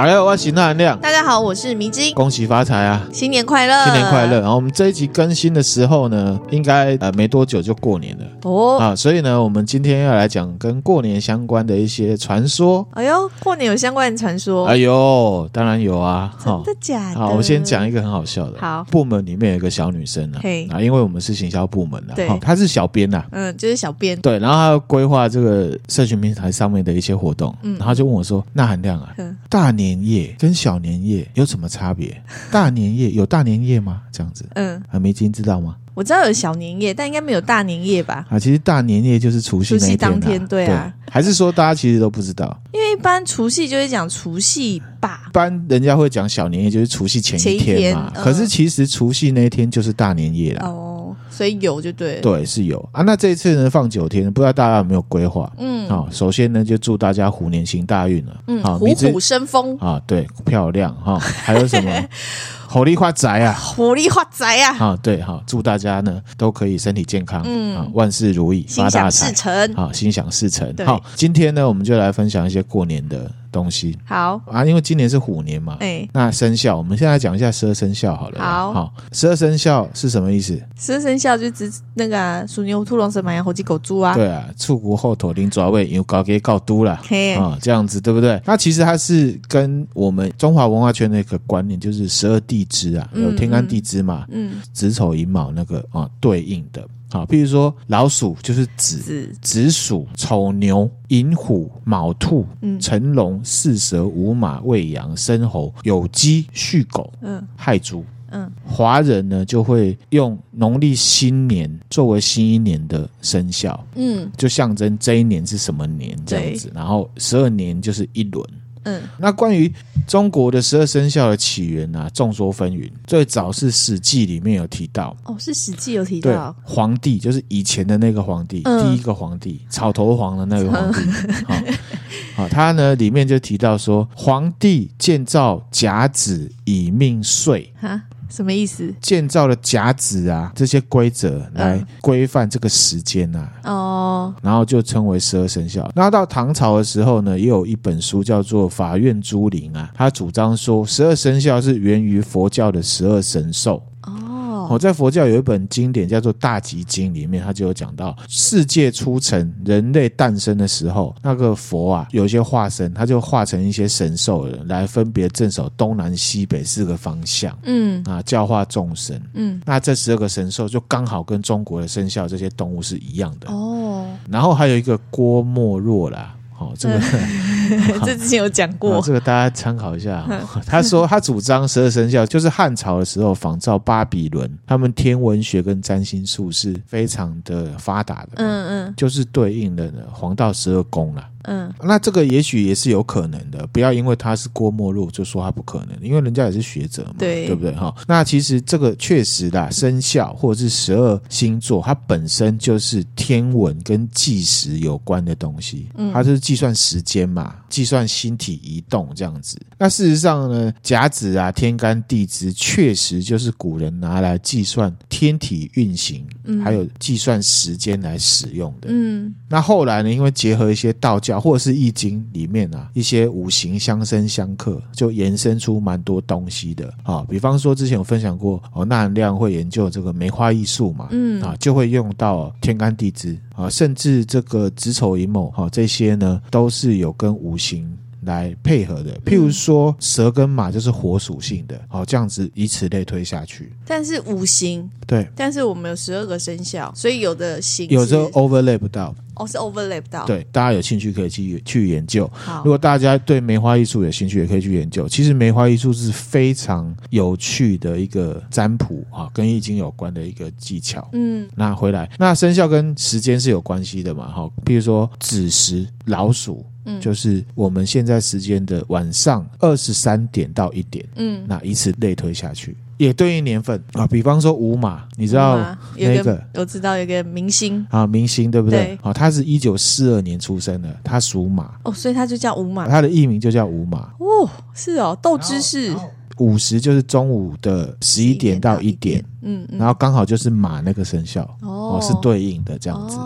大家好，我是那含亮。 大家好，我是迷之。 恭喜发财啊！ 新年快乐！ 新年快乐！然后我们这一集更新的时候呢，应该没多久就过年了哦所以呢，我们今天要来讲跟过年相关的一些传说。 哎呦，过年有相关的传说？ 哎呦，当然有啊！ 真的假的？ 好，我先讲一个很好笑的。 好， 部门里面有一个小女生因为我们是行销部门对她是小编就是小编。 对，然后她要规划这个社群平台上面的一些活动，然后就问我说：“那含亮啊，大年夜跟小年夜有什么差别？大年夜有大年夜吗？这样子，梅金知道吗？” 我知道有小年夜，但应该没有大年夜吧？ 其实大年夜就是除夕那一天当天，对啊。 还是说大家其实都不知道？ 因为一般除夕就会讲除夕吧， 一般人家会讲小年夜就是除夕前一天嘛。可是其实除夕那一天就是大年夜啦。 所以有就对了。 对，是有啊。那这一次呢放9天，不知道大家有没有规划？首先呢就祝大家虎年行大运了。 虎虎生风对，漂亮还有什么？虎力发财啊！ 虎力发财啊！ 对，祝大家呢都可以身体健康，万事如意，发大财，心想事成。好，今天呢我们就来分享一些过年的东西。 好因为今年是虎年嘛，那生肖我们现在讲一下12生肖好了。好，12生肖是什么意思 ？12生肖就指那个属牛、兔、龙、蛇、马、羊、猴、鸡、狗、猪啊。 对啊，畜古后头灵爪位有高给告都啦这样子对不对？那其实它是跟我们中华文化圈的一个观念，就是12地支有天干地支嘛，子丑寅卯那个对应的。譬如说老鼠就是子鼠、丑牛、寅虎、卯兔、辰龙、巳蛇、午马、未羊、申猴、酉鸡、戌狗、亥猪。华人呢就会用农历新年作为新一年的生肖，就象征这一年是什么年这样子，然后12年就是一轮。那关于中国的12生肖的起源众说纷纭。最早是《史记》里面有提到， 是《史记》有提到。 对，皇帝就是以前的那个皇帝，第一个皇帝，草头皇的那个皇帝。他呢里面就提到说，皇帝建造甲子以命岁。 什么意思？ 建造了甲子这些规则来规范这个时间然后就称为12生肖。那到唐朝的时候呢，也有一本书叫做《法院珠林》他主张说12生肖是源于佛教的12神兽。在佛教有一本经典叫做《大集经》，里面他就有讲到，世界初成人类诞生的时候，那个佛有一些化身，他就化成一些神兽人来分别镇守东南西北4个方向，教化众生。那这12个神兽就刚好跟中国的生肖这些动物是一样的。然后还有一个郭沫若啦。这个这之前有讲过， 这个大家参考一下。他说他主张12生肖就是汉朝的时候仿照巴比伦，他们天文学跟占星术是非常的发达的，就是对应的黄道12宫啦。那这个也许也是有可能的，不要因为他是郭沫若就说他不可能，因为人家也是学者嘛，对不对？那其实这个确实啦，生肖或者是12星座，它本身就是天文跟计时有关的东西，它就是计算时间嘛，计算星体移动这样子。那事实上呢，甲子天干地支确实就是古人拿来计算天体运行，还有计算时间来使用的。那后来呢，因为结合一些道教或者是易经里面一些五行相生相克，就延伸出蛮多东西的比方说之前有分享过那含亮会研究这个梅花易数嘛，就会用到天干地支甚至这个子丑寅卯这些呢都是有跟五行来配合的。譬如说蛇跟马就是火属性的这样子以此类推下去。 但是五行对， 但是我们有12个生肖，所以有的行有时候 overlap 不到是 overlap 到。 对，大家有兴趣可以去研究。如果大家对梅花易数有兴趣，也可以去研究。其实梅花易数是非常有趣的一个占卜跟易经有关的一个技巧。那回来，那生肖跟时间是有关系的嘛？譬如说子时老鼠，就是我们现在时间的晚上23点到1点。那以此类推下去。也对应年份比方说午马，你知道那个我知道有个明星明星对不对？他是1942年出生的，他属马所以他就叫午马， 他的艺名就叫午马。 是斗知识。 50就是中午的11点到1点，然后刚好就是马那个生肖是对应的这样子。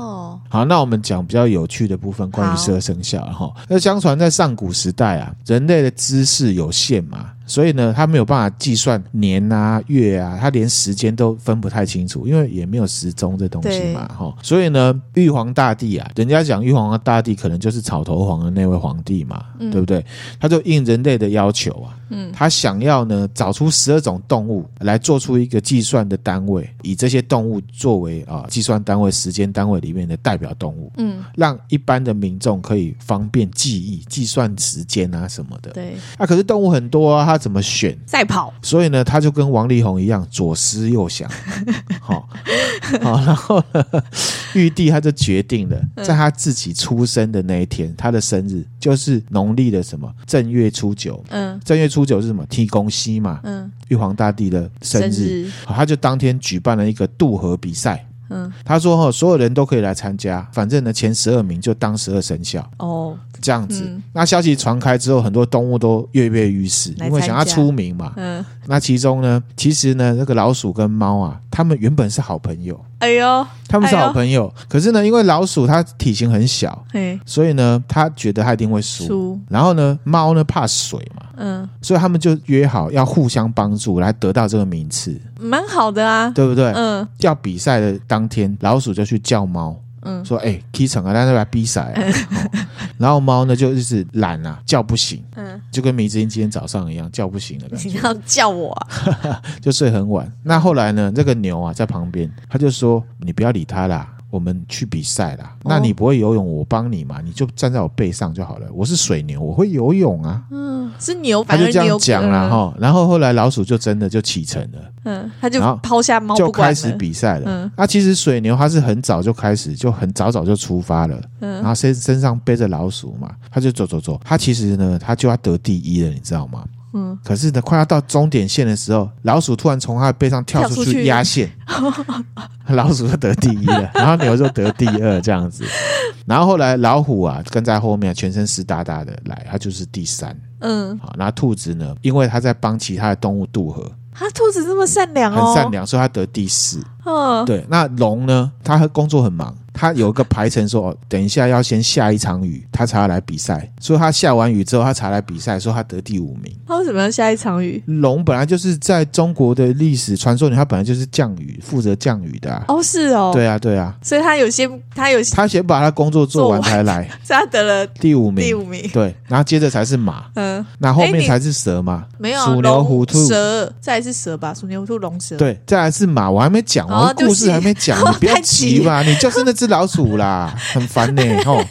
好，那我们讲比较有趣的部分，关于12生肖哈。那相传在上古时代啊，人类的知识有限嘛，所以呢，他没有办法计算年啊、月啊，他连时间都分不太清楚，因为也没有时钟这东西嘛，所以呢，玉皇大帝啊，人家讲玉皇大帝可能就是草头皇的那位皇帝嘛，对不对？他就应人类的要求啊，他想要呢找出12种动物来做出一个计算的单位，以这些动物作为计算单位、时间单位里面的代表动物，让一般的民众可以方便记忆、计算时间啊什么的。 对， 可是动物很多啊，他怎么选？ 赛跑。 所以呢，他就跟王力宏一样，左思右想。好，然后呢，玉帝他就决定了，在他自己出生的那一天，他的生日就是农历的什么正月初9。正月初9是什么？天公夕嘛。玉皇大帝的生日，他就当天举办了一个渡河比赛。他说所有人都可以来参加，反正呢前12名就当12生肖这样子。那消息传开之后，很多动物都跃跃欲试，因为想要出名嘛。那其中呢，其实呢那个老鼠跟猫啊，他们原本是好朋友。他们是好朋友，可是呢因为老鼠它体型很小，所以呢他觉得他一定会输。然后呢猫呢怕水嘛，所以他们就约好要互相帮助来得到这个名次， 蛮好的啊， 对不对？要比赛的当天，老鼠就去叫猫，说起床啊，咱来比赛然后猫呢就一直懒啊，叫不醒，就跟迷之音今天早上一样，叫不醒的感觉。 你要叫我啊就睡很晚。那后来呢，这个牛啊在旁边，他就说你不要理他啦，我们去比赛啦。那你不会游泳，我帮你嘛，你就站在我背上就好了。我是水牛，我会游泳啊。 是牛， 他就这样讲啦然后后来老鼠就真的就启程了。 他就抛下猫不管了， 就开始比赛了。其实水牛它是很早就开始，就很早就出发了。然后身上背着老鼠嘛，他就走。他其实呢，他就要得第一了，你知道吗？可是呢，快要到终点线的时候，老鼠突然从他的背上跳出去压线，老鼠就得第一了，然后牛就得第2这样子。然后后来老虎啊跟在后面，全身湿哒哒的来，他就是第3。好，那兔子呢，因为他在帮其他的动物渡河， 兔子这么善良很善良，所以他得第4。对，那龙呢，他工作很忙，他有一个排程说等一下要先下一场雨，他才要来比赛，所以他下完雨之后他才来比赛，说他得第5名。 他为什么要下一场雨？ 龙本来就是在中国的历史传说里，他本来就是降雨，负责降雨的是哦。 对啊所以他先把他工作做完才来， 所以他得了第5名。对，然后接着才是马，那后面才是蛇嘛。 没有鼠牛虎兔蛇，再来是蛇吧，鼠牛虎兔龙蛇。 对，再来是马，我还没讲我故事还没讲你不要急吧你就是那只老鼠啦很烦呢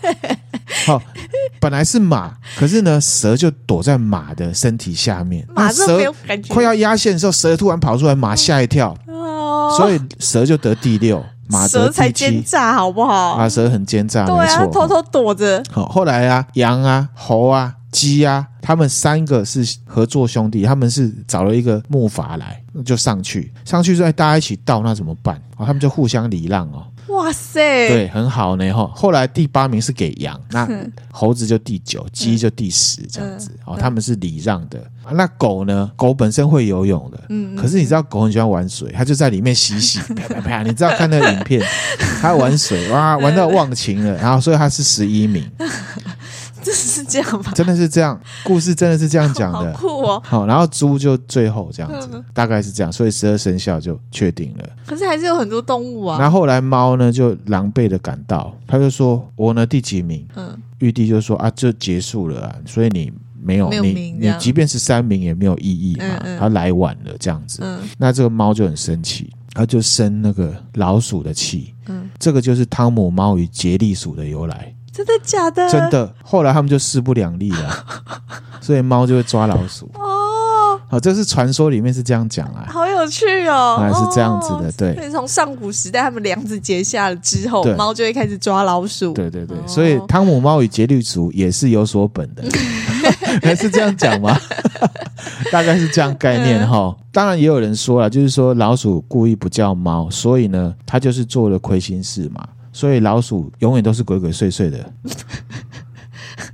本来是马，可是呢蛇就躲在马的身体下面， 马这没有感觉， 快要压线的时候蛇突然跑出来，马吓一跳所以蛇就得第6，马得第7。 蛇才奸诈好不好？ 蛇很奸诈， 对啊， 没错， 偷偷躲着。 后来啊，羊啊、猴啊、鸡啊，他们3个是合作兄弟，他们是找了一个木筏来，就上去说大家一起倒，那怎么办？他们就互相礼让哇塞， 对，很好呢后来第8名是给羊，那猴子就第9，鸡就第10这样子他们是礼让的。那狗呢？狗本身会游泳的，可是你知道狗很喜欢玩水，它就在里面洗啪啪啪，你知道看那个影片，它玩水哇，玩到忘情了，然后所以它是11名。 真的是这样吗？ 真的是这样，故事真的是这样讲的， 好酷哦。 好，然后猪就最后这样子，大概是这样，所以12生肖就确定了。 可是还是有很多动物啊。 然后后来猫呢就狼狈的赶到，他就说我呢第几名？玉帝就说就结束了啊，所以你没有你即便是3名也没有意义嘛，他来晚了这样子。那这个猫就很生气，他就生那个老鼠的气。这个就是汤姆猫与杰利鼠的由来。 真的假的？ 真的，后来他们就势不两立了所以猫就会抓老鼠。这是传说里面是这样讲啊， 好有趣哦。 是这样子的，对。 所以从上古时代他们梁子结下了之后，猫就会开始抓老鼠。 对，所以汤姆猫与杰利鼠也是有所本的还是这样讲吗大概是这样概念当然也有人说了，就是说老鼠故意不叫猫，所以呢他就是做了亏心事嘛，所以老鼠永远都是鬼鬼祟祟的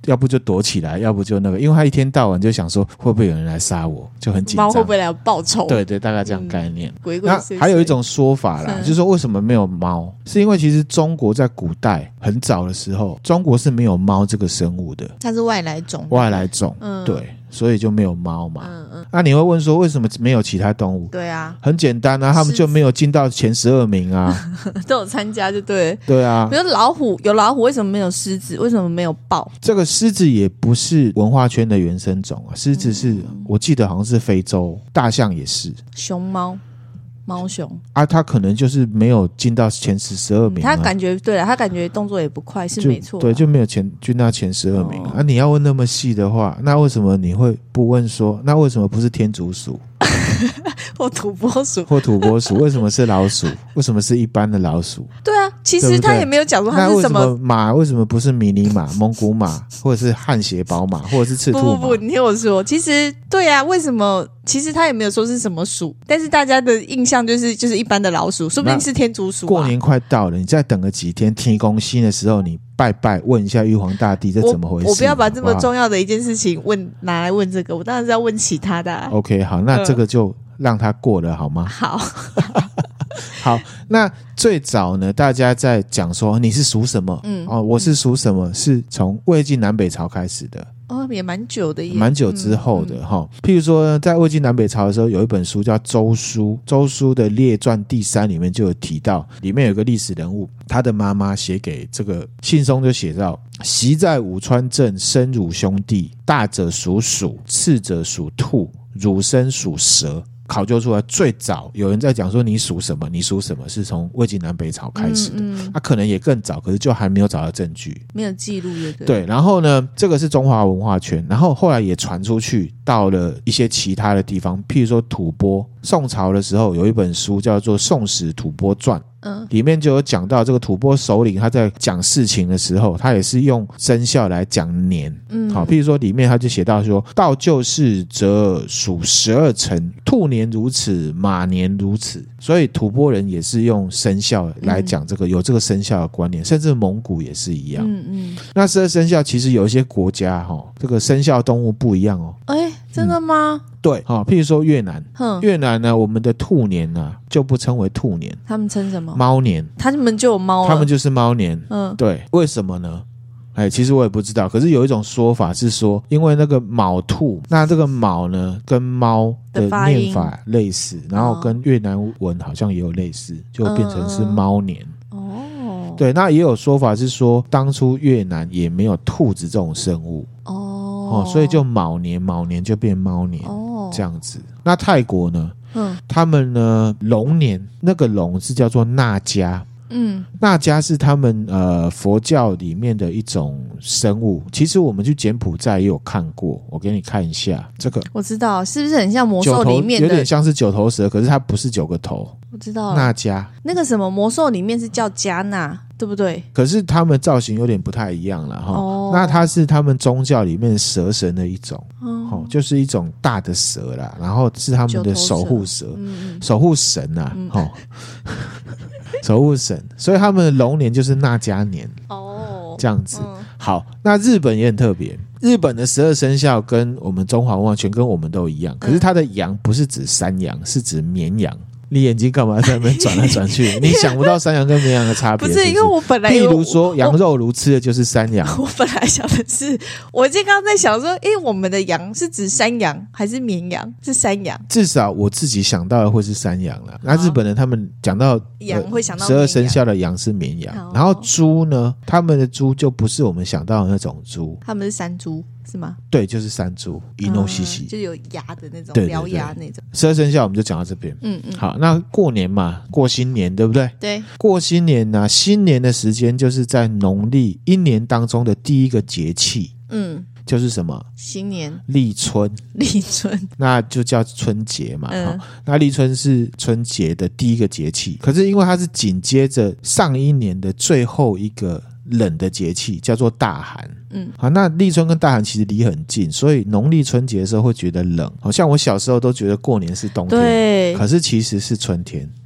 要不就躲起来，要不就那个，因为他一天到晚就想说会不会有人来杀我，就很紧张。 猫会不会来报仇？ 对对，大概这样概念。 鬼鬼祟祟。 那还有一种说法啦，就是说为什么没有猫，是因为其实中国在古代很早的时候，中国是没有猫这个生物的， 它是外来种。 对，所以就没有猫嘛。那你会问说为什么没有其他动物？ 对啊， 很简单啊，他们就没有进到前12名啊， 都有参加就对。 对啊， 比如老虎有老虎，为什么没有狮子？为什么没有豹？ 这个狮子也不是文化圈的原生种啊，狮子是我记得好像是非洲，大象也是， 熊猫。猫熊啊，他可能就是没有进到前12名、啊他感觉对了，他感觉动作也不快，是没错。 对，就没有进到前12名、啊。你要问那么细的话，那为什么你会不问说，那为什么不是天竺鼠或土拨鼠？ 为什么是老鼠？为什么是一般的老鼠？ 对啊，其实他也没有讲说他是什么马，为什么不是迷你马、蒙古马，或者是汗血宝马，或者是赤兔马？ 不，你听我说，其实对啊，为什么？其实他也没有说是什么鼠，但是大家的印象就是一般的老鼠，说不定是天竺鼠、啊。 过年快到了，你再等个几天，天公星的时候，你拜拜问一下玉皇大帝这怎么回事？ 我不要把这么重要的一件事情拿来问这个，我当然是要问其他的、啊。 OK， 好，那这个就让他过了好吗？ 好。 好，那最早呢，大家在讲说你是属什么？我是属什么？是从魏晋南北朝开始的。 也蛮久的耶， 蛮久之后的譬如说在魏晋南北朝的时候，有一本书叫《周书》，周书的列传第3里面就有提到，里面有个历史人物，他的妈妈写给这个信中就写到：习在武川镇，生乳兄弟，大者属鼠，次者属兔，乳生属蛇。考究出来最早有人在讲说你属什么，你属什么，是从魏晋南北朝开始的。可能也更早，可是就还没有找到证据， 没有记录的。 对，然后呢，这个是中华文化圈，然后后来也传出去到了一些其他的地方，譬如说吐蕃。宋朝的时候有一本书叫做《宋史吐蕃传》，里面就有讲到这个吐蕃首领他在讲事情的时候，他也是用生肖来讲年。好，譬如说里面他就写到说，到旧世则属12辰，兔年如此，马年如此。所以吐蕃人也是用生肖来讲这个，有这个生肖的观念，甚至蒙古也是一样。那12生肖其实有一些国家这个生肖动物不一样哦。 真的吗？ 对，譬如说越南，越南呢，我们的兔年呢就不称为兔年， 他们称什么？ 猫年。 他们就有猫了， 他们就是猫年。对，为什么呢？其实我也不知道，可是有一种说法是说，因为那个卯兔，那这个卯呢跟猫的念法类似，然后跟越南文好像也有类似，就变成是猫年。对，那也有说法是说，当初越南也没有兔子这种生物。所以就卯年就变猫年。这样子。那泰国呢？他们呢龙年，那个龙是叫做纳迦。纳迦是他们佛教里面的一种生物，其实我们去柬埔寨也有看过，我给你看一下这个。 我知道，是不是很像魔兽里面的？ 有点像是9头蛇，可是它不是9个头。 我知道了， 纳迦那个什么魔兽里面是叫迦纳，对不对？ 可是他们造型有点不太一样了哈。那它是他们宗教里面蛇神的一种，就是一种大的蛇啦，然后是他们的守护蛇，守护神啊，守护神，所以他们的龙年就是纳迦年。这样子。好，那日本也很特别，日本的12生肖跟我们中华文化圈跟我们都一样，可是它的羊不是指山羊，是指绵羊。你眼睛干嘛在那边转来转去？你想不到山羊跟绵羊的差别？ 不是，因为我本来譬如说羊肉炉吃的就是山羊。 我本来想的是，我刚刚在想说，我们的羊是指山羊还是绵羊？是山羊。 至少我自己想到的会是山羊啦。那日本人他们讲到羊会想到 12生肖的羊是绵羊，然后猪呢，他们的猪就不是我们想到的那种猪， 他们是山猪。是吗？ 对，就是山猪，伊诺西西， 就有牙的那种， 对獠牙那种。 12生肖我们就讲到这边。好，那过年嘛，过新年，对不对？ 对， 过新年啊，新年的时间就是在农历一年当中的第一个节气。就是什么？ 新年立春，那就叫春节嘛。那立春是春节的第一个节气，可是因为它是紧接着上一年的最后一个冷的节气，叫做大寒。好，那立春跟大寒其实离很近，所以农历春节的时候会觉得冷。好像我小时候都觉得过年是冬天，对，可是其实是春天。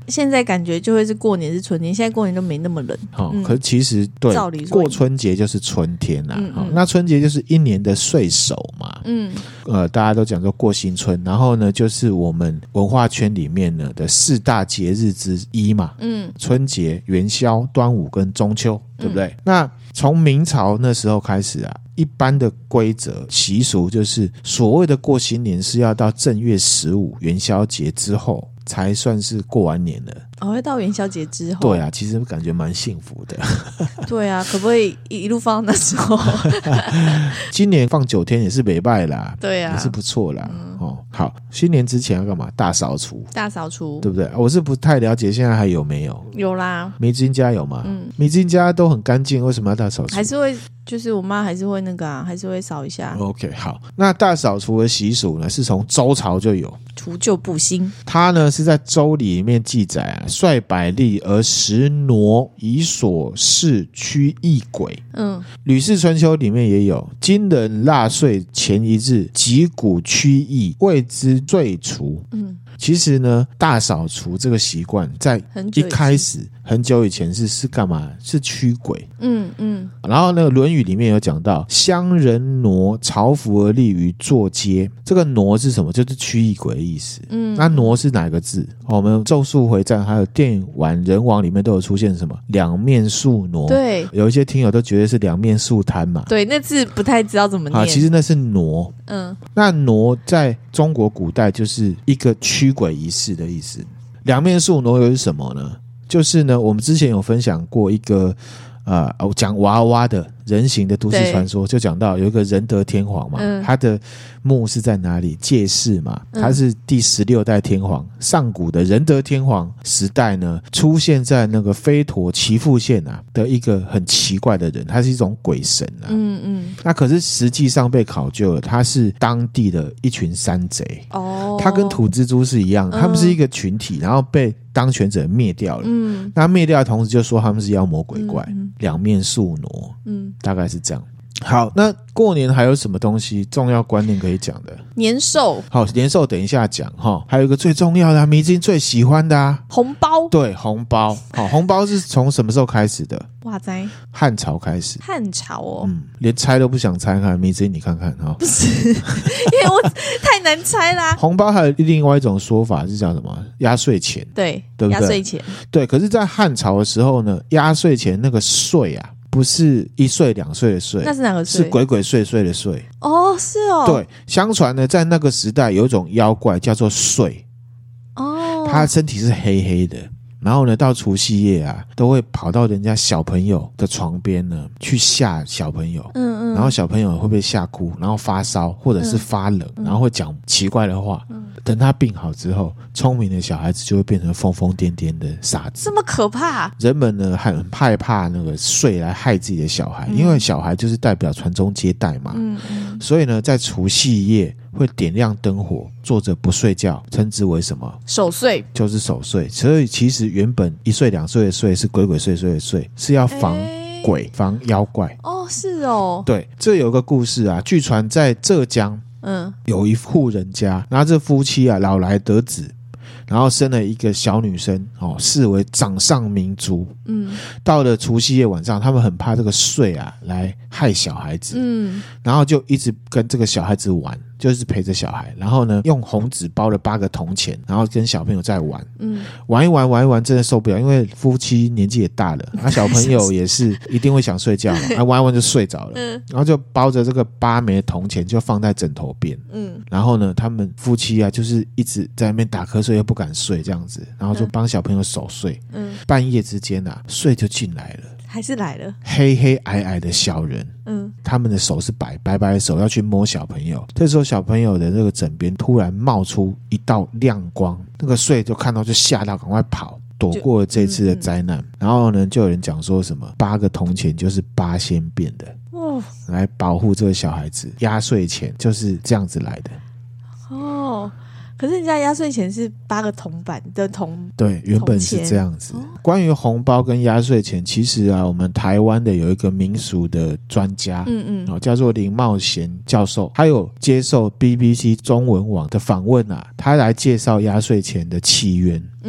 现在感觉就会是过年是春天，现在过年都没那么冷。 可是其实对，过春节就是春天啦。那春节就是一年的岁首嘛。大家都讲说过新春，然后呢，就是我们文化圈里面呢的4大节日之一嘛。春节、元宵、端午跟中秋，对不对？那从明朝那时候开始啊，一般的规则习俗就是所谓的过新年是要到正月15元宵节之后才算是过完年了。 会到元宵节之后？ 对啊，其实感觉蛮幸福的。 对啊，可不可以一路放到那时候？ 今年放9天也是没败啦。 对啊， 也是不错啦。好，新年之前要干嘛？大扫除。大扫除， 对不对？我是不太了解现在还有没有。 有啦， 迷之音家有吗？迷之音家都很干净，为什么要大扫除？ 还是会，就是我妈还是会那个啊，还是会扫一下。 OK， 好，那大扫除的习俗呢，是从周朝就有。 除旧布新， 它呢是在周礼里面记载啊，率百例而食挪，以所事驱疫鬼。吕氏春秋里面也有，今人腊岁前一日，击鼓驱疫，谓之罪除。其实呢，大扫除这个习惯在一开始很久以前是干嘛？是驱鬼。然后那个《论语》里面有讲到，乡人挪朝服而立于坐阶。这个挪是什么？就是驱疫鬼的意思。那挪是哪个字？我们《咒术回战》还有电玩人王里面都有出现什么两面宿挪。 对， 有一些听友都觉得是两面宿贪嘛。 对，那字不太知道怎么念。 其实那是挪。那挪在中国古代就是一个驱鬼仪式的意思。两面宿挪又是什么呢？就是呢，我们之前有分享过一个讲娃娃的人形的都市传说，就讲到有一个仁德天皇嘛，他的墓是在哪里？介氏嘛，他是第16代天皇，上古的仁德天皇时代呢，出现在那个飞陀岐阜县啊的一个很奇怪的人，他是一种鬼神啊。那可是实际上被考究了，他是当地的一群山贼。他跟土蜘蛛是一样的，他们是一个群体，然后被当权者灭掉了。那灭掉的同时就说他们是妖魔鬼怪，两面宿挪。大概是这样。好，那过年还有什么东西重要观念可以讲的？ 年兽。好， 年兽等一下讲哈。还有一个最重要的迷之音最喜欢的啊， 红包。对， 红包。好，红包是从什么时候开始的？ 哇塞， 汉朝开始。 汉朝哦。 连猜都不想猜，看迷之音你看看哈。 不是，因为我太难猜啦。 红包还有另外一种说法是叫什么？压岁钱。对不对？ 压岁钱。对， 可是在汉朝的时候呢，压岁钱那个岁啊，不是1岁2岁的岁， 那是哪个岁？ 是鬼鬼祟祟的祟。 是哦。 对，相传呢，在那个时代有一种妖怪叫做祟。他身体是黑黑的，然后呢，到除夕夜啊，都会跑到人家小朋友的床边呢，去吓小朋友。然后小朋友会被吓哭，然后发烧或者是发冷，然后会讲奇怪的话。等他病好之后，聪明的小孩子就会变成疯疯癫癫的傻子。 这么可怕？人们呢很害怕那个祟来害自己的小孩，因为小孩就是代表传宗接代嘛。所以呢，在除夕夜会点亮灯火，坐着不睡觉，称之为什么？守岁，就是守岁。所以其实原本1岁2岁的岁是鬼鬼祟祟的祟，是要防鬼、防妖怪。 是哦。对， 这有个故事啊，据传在浙江。有一户人家，然后这夫妻啊老来得子，然后生了一个小女生，视为掌上明珠。到了除夕夜晚上，他们很怕这个祟啊来害小孩子。然后就一直跟这个小孩子玩，就是陪着小孩，然后呢用红纸包了8个铜钱，然后跟小朋友在玩。玩一玩真的受不了，因为夫妻年纪也大了，小朋友也是一定会想睡觉嘛，玩一玩就睡着了。然后就包着这个8枚铜钱就放在枕头边。然后呢他们夫妻啊就是一直在那边打瞌睡又不敢睡这样子，然后就帮小朋友守岁。半夜之间啊睡就进来了，还是来了，黑黑矮矮的小人。他们的手是白白的手，要去摸小朋友。这时候小朋友的这个枕边突然冒出一道亮光，那个祟就看到就吓到，赶快跑，躲过了这次的灾难。然后呢，就有人讲说什么8个铜钱就是8仙变的，来保护这个小孩子。压岁钱就是这样子来的。 可是人家压岁钱是8个铜板的铜， 对，原本是这样子。关于红包跟压岁钱，其实啊，我们台湾的有一个民俗的专家，叫做林茂贤教授，他有接受 BBC 中文网的访问啊，他来介绍压岁钱的起源。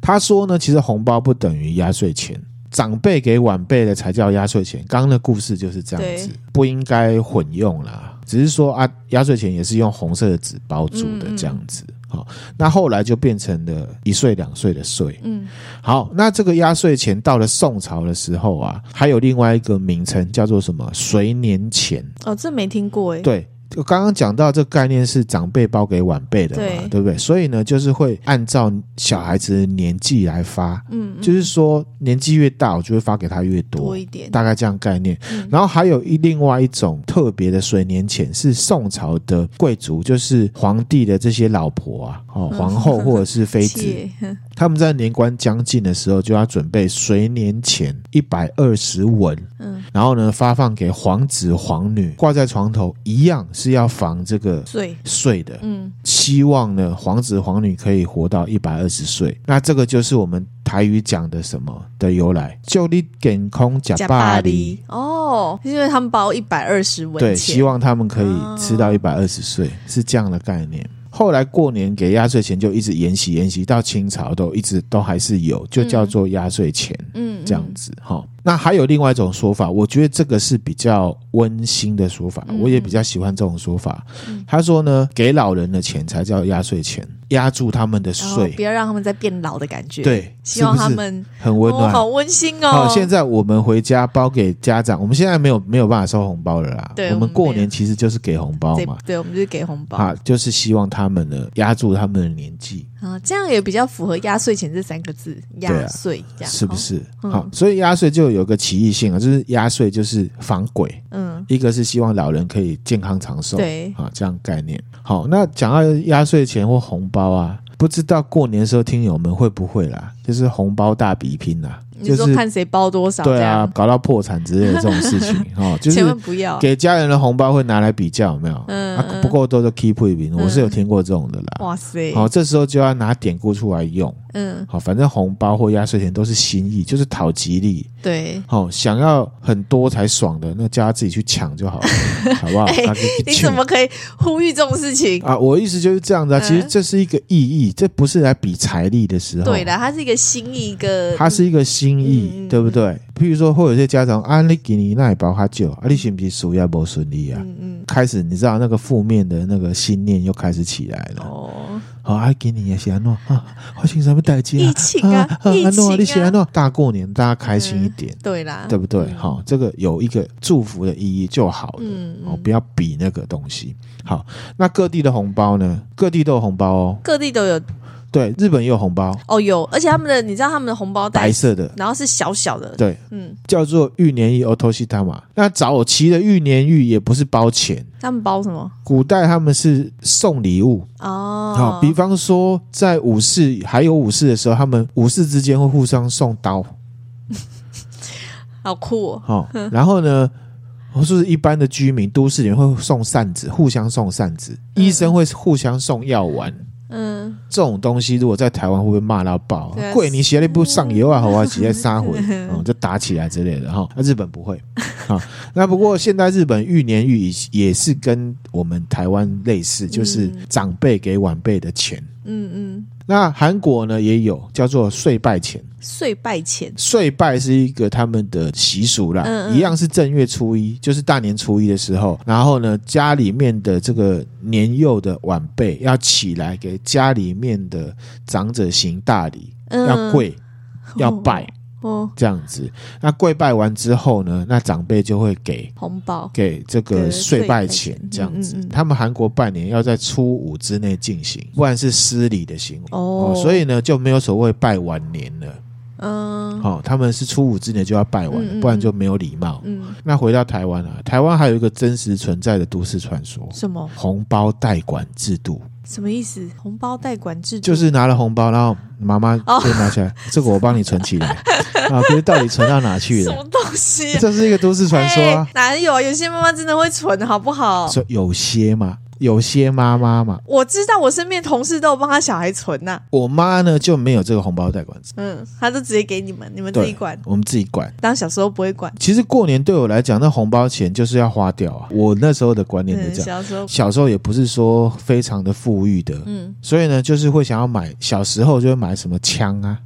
他说呢，其实红包不等于压岁钱，长辈给晚辈的才叫压岁钱。刚刚的故事就是这样子，不应该混用啦。只是说啊，压岁钱也是用红色的纸包住的这样子。那后来就变成了1岁2岁的岁。好，那这个压岁钱到了宋朝的时候啊，还有另外一个名称叫做什么随年钱。 哦，这没听过耶。 对，我刚刚讲到这个概念是长辈包给晚辈的嘛， 对不对？所以呢，就是会按照小孩子的年纪来发，就是说年纪越大，我就会发给他越多一点， 大概这样概念。然后还有另外一种特别的随年钱，是宋朝的贵族，就是皇帝的这些老婆啊，皇后或者是妃子，他们在年关将近的时候，就要准备随年钱120文，然后呢发放给皇子皇女，挂在床头，一样是要防这个岁的，希望呢皇子皇女可以活到120岁。那这个就是我们台语讲的什么的由来，就你健康吃百里哦，因为他们包120文钱， 对，希望他们可以吃到120岁，是这样的概念。后来过年给压岁钱就一直沿袭到清朝都还是有，就叫做压岁钱，这样子齁。那还有另外一种说法，我觉得这个是比较温馨的说法，我也比较喜欢这种说法。他说呢，给老人的钱才叫压岁钱，压住他们的岁， 不要让他们再变老的感觉。 对， 希望他们很温暖， 好温馨哦。 现在我们回家包给家长，我们现在没有办法收红包了啦。 对， 我们过年其实就是给红包嘛。 对，我们就是给红包， 就是希望他们呢压住他们的年纪。 这样也比较符合压岁钱这3个字，压岁这样， 是不是？好，所以压岁就有个歧义性啊，就是压岁就是防鬼，一个是希望老人可以健康长寿， 对， 这样概念。好，那讲到压岁钱或红包啊，不知道过年的时候听友们会不会啦，就是红包大比拼啦。 你说看谁包多少， 对啊，搞到破产之类的这种事情就是千万不要给家人的红包会拿来比较，有没有？不够多就 keep 一笔，我是有听过这种的啦。 哇塞， 这时候就要拿典故出来用。反正红包或压岁钱都是心意，就是讨吉利。 对， 想要很多才爽的，那叫他自己去抢就好了，好不好？ 你怎么可以呼吁这种事情啊？我的意思就是这样子啊。其实这是一个意义，这不是来比财力的时候。 对啦，它是一个心意， 它是一个心意，对不对？譬如说，会有些家长啊，你给你那也包他久啊，你是不是属要不顺利啊？开始你知道那个负面的那个信念又开始起来了。好，给你也是安诺啊，发生什么代志啊？ 疫情啊，疫情啊， 你是安诺，大过年大家开心一点， 对啦， 对不对？好，这个有一个祝福的意义就好了，不要比那个东西。好，那各地的红包呢？各地都有红包哦， 各地都有。 对，日本也有红包有，而且他们的，你知道他们的红包袋白色的， 然后是小小的， 对，叫做玉年玉 otoshitama。那早期的玉年玉也不是包钱， 他们包什么？ 古代他们是送礼物好，比方说在武士还有武士的时候，他们武士之间会互相送刀， 好酷哦。然后呢？或是一般的居民，都市里面会送扇子，互相送扇子。医生会互相送药丸。这种东西如果在台湾会不会骂到爆？贵你写了一部上油啊，好啊，写在杀回就打起来之类的哈。日本不会那不过现在日本玉年玉也是跟我们台湾类似，就是长辈给晚辈的钱。那韩国呢也有叫做岁拜钱。 岁拜钱， 岁拜是一个他们的习俗啦，一样是正月初一，就是大年初一的时候，然后呢，家里面的这个年幼的晚辈要起来给家里面的长者行大礼，要跪，要拜。这样子，那跪拜完之后呢，那长辈就会给红包， 给这个岁拜钱，这样子。他们韩国拜年要在初5之内进行，不然是失礼的行为所以呢就没有所谓拜晚年了。他们是初5之内就要拜完，不然就没有礼貌。那回到台湾台湾还有一个真实存在的都市传说， 什么？ 红包代管制度。 什么意思？红包代管制度就是拿了红包，然后妈妈就拿起来，这个我帮你存起来可是到底存到哪去了？ 什么东西这是一个都市传说啊！ 哪有啊？有些妈妈真的会存，好不好？ 说有些嘛。有些妈妈嘛， 我知道我身边同事都有帮他小孩存啊。 我妈呢就没有这个红包代管制， 她就直接给你们自己管， 我们自己管。 当小时候不会管。 其实过年对我来讲，那红包钱就是要花掉啊。我那时候的观念是这样，小时候也不是说非常的富裕的，所以呢，就是会想要买，小时候就会买什么枪啊。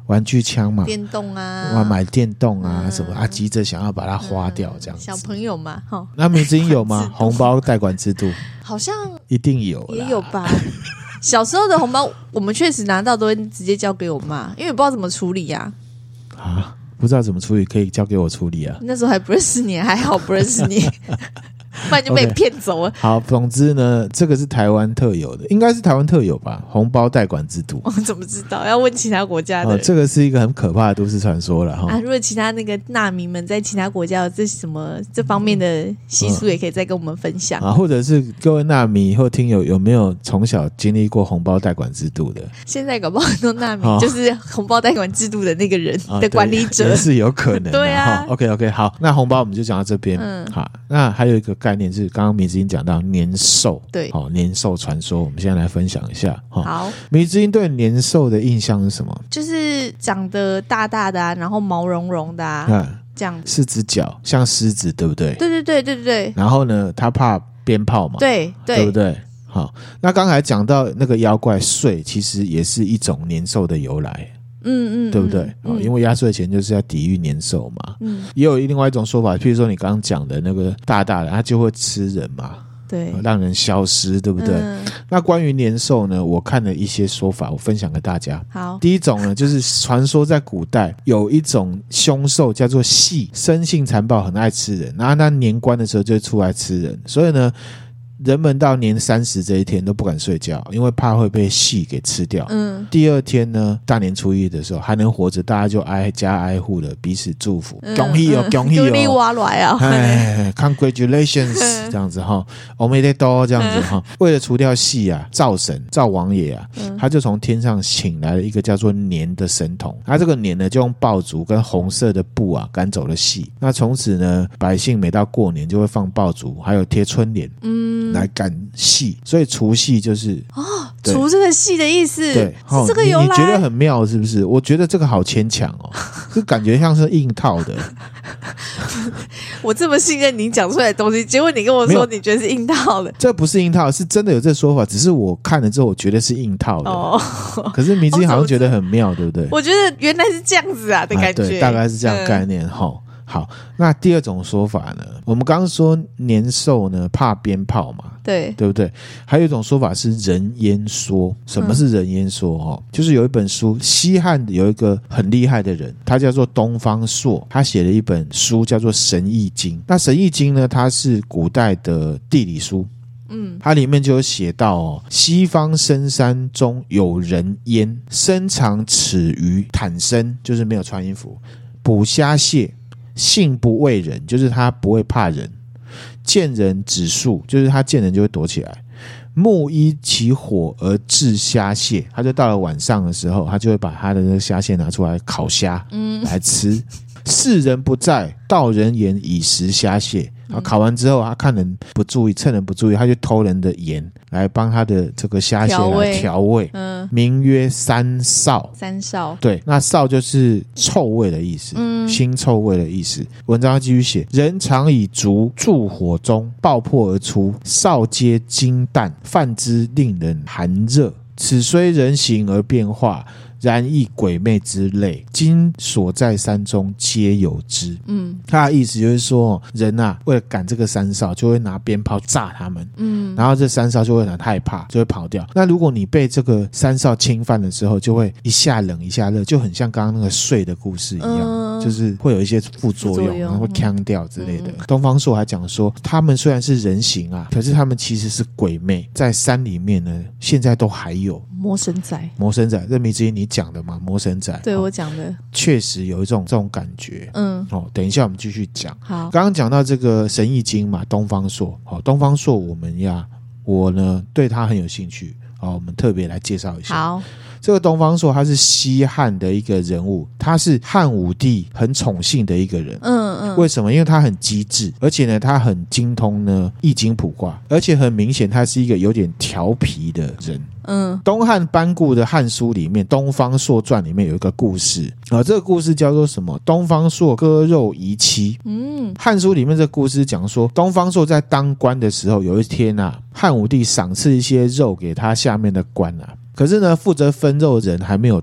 玩具枪嘛， 电动啊， 买电动啊什么啊，急着想要把它花掉这样子。 小朋友嘛， 那明子英有吗？红包代管制度好像一定有啦， 也有吧。小时候的红包，我们确实拿到都会直接交给我妈，因为不知道怎么处理呀。 啊，不知道怎么处理，可以交给我处理啊。 那时候还不认识你，还好不认识你。不然就被骗走了。 好，总之呢，这个是台湾特有的，应该是台湾特有吧，红包代管制度。 我怎么知道？要问其他国家的人。 这个是一个很可怕的都市传说了哈。 如果其他那个难民们在其他国家有这方面的习俗，也可以再跟我们分享或者是各位难民或听友有没有从小经历过红包代管制度的？ 现在搞不好很多难民就是红包代管制度的那个人的管理者， 也是有可能的。 对啊。 OK， 好，那红包我们就讲到这边。好，那还有一个概念是刚刚米子英讲到年兽， 对， 年兽传说，我们现在来分享一下。 好， 米子英对年兽的印象是什么？ 就是长得大大的然后毛茸茸的这样子， 四只脚像狮子，对不对？ 对。 然后呢，他怕鞭炮嘛， 对不对？好，那刚才讲到那个妖怪祟，其实也是一种年兽的由来。对不对？因为压岁钱就是要抵御年兽嘛。也有另外一种说法，譬如说你刚刚讲的那个大大的，它就会吃人嘛， 对， 让人消失，对不对？那关于年兽呢，我看了一些说法，我分享给大家。 好， 第一种呢，就是传说在古代有一种凶兽叫做豨，生性残暴，很爱吃人，然后它年关的时候就会出来吃人，所以呢，人们到年30这一天都不敢睡觉，因为怕会被豨给吃掉。第二天呢，大年初一的时候还能活着，大家就挨家挨户的彼此祝福，恭喜哦，恭喜哦， 你挖来啊 ，congratulations 这样子哈，おめでとう这样子哈。为了除掉豨灶神灶王爷他就从天上请来了一个叫做年的神童，他这个年呢就用爆竹跟红色的布赶走了豨。那从此呢，百姓每到过年就会放爆竹，还有贴春联，来赶豨，所以除豨就是除这个豨的意思。 对， 是这个由来。 你觉得很妙是不是？我觉得这个好牵强就感觉像是硬套的。 我这么信任你讲出来的东西，结果你跟我说你觉得是硬套的。 这不是硬套，是真的有这说法，只是我看了之后我觉得是硬套的。可是明基好像觉得很妙，对不对？ 我觉得原来是这样子的感觉。 对，大概是这样概念好，那第二种说法呢？我们刚刚说年兽呢怕鞭炮嘛，对不对？还有一种说法是人烟说。什么是人烟说？就是有一本书，西汉有一个很厉害的人，他叫做东方朔，他写了一本书叫做《神异经》。那《神异经》呢，它是古代的地理书。它里面就有写到西方深山中有人烟，身长尺余，坦身，就是没有穿衣服，捕虾蟹，性不畏人，就是他不会怕人，见人止速，就是他见人就会躲起来，木依其火而制虾蟹，他就到了晚上的时候，他就会把他的那个虾蟹拿出来烤虾来吃。世人不在，道人盐以食虾蟹。烤完之后，他看人不注意，趁人不注意，他就偷人的盐来帮他的这个虾蟹来调味。名曰三臊。 三臊， 对，那臊就是臭味的意思，腥臭味的意思。文章继续写：人常以竹注火中，爆破而出，臊皆金淡，泛之令人寒热。此虽人形而变化，然亦鬼魅之类，今所在山中皆有之。他的意思就是说，人为了赶这个山臊，就会拿鞭炮炸他们。然后这山臊就会很害怕，就会跑掉。那如果你被这个山臊侵犯的时候，就会一下冷一下热，就很像刚刚那个睡的故事一样，就是会有一些副作用，然后会呛掉之类的。东方朔还讲说，他们虽然是人形可是他们其实是鬼魅，在山里面呢，现在都还有魔神仔。 这迷之音你讲的嘛，魔神仔， 对，我讲的， 确实有这种感觉。等一下我们继续讲。 好， 刚刚讲到这个《神异经》嘛，东方朔。东方朔我呢对他很有兴趣。我们特别来介绍一下。 好， 这个东方朔他是西汉的一个人物，他是汉武帝很宠幸的一个人。为什么？因为他很机智，而且呢他很精通呢易经卜卦，而且很明显他是一个有点调皮的人。东汉班固的《汉书》里面《东方朔传》里面有一个故事这个故事叫做什么？东方朔割肉遗妻。汉书里面这个故事讲说，东方朔在当官的时候，有一天汉武帝赏赐一些肉给他下面的官可是呢负责分肉的人还没有到，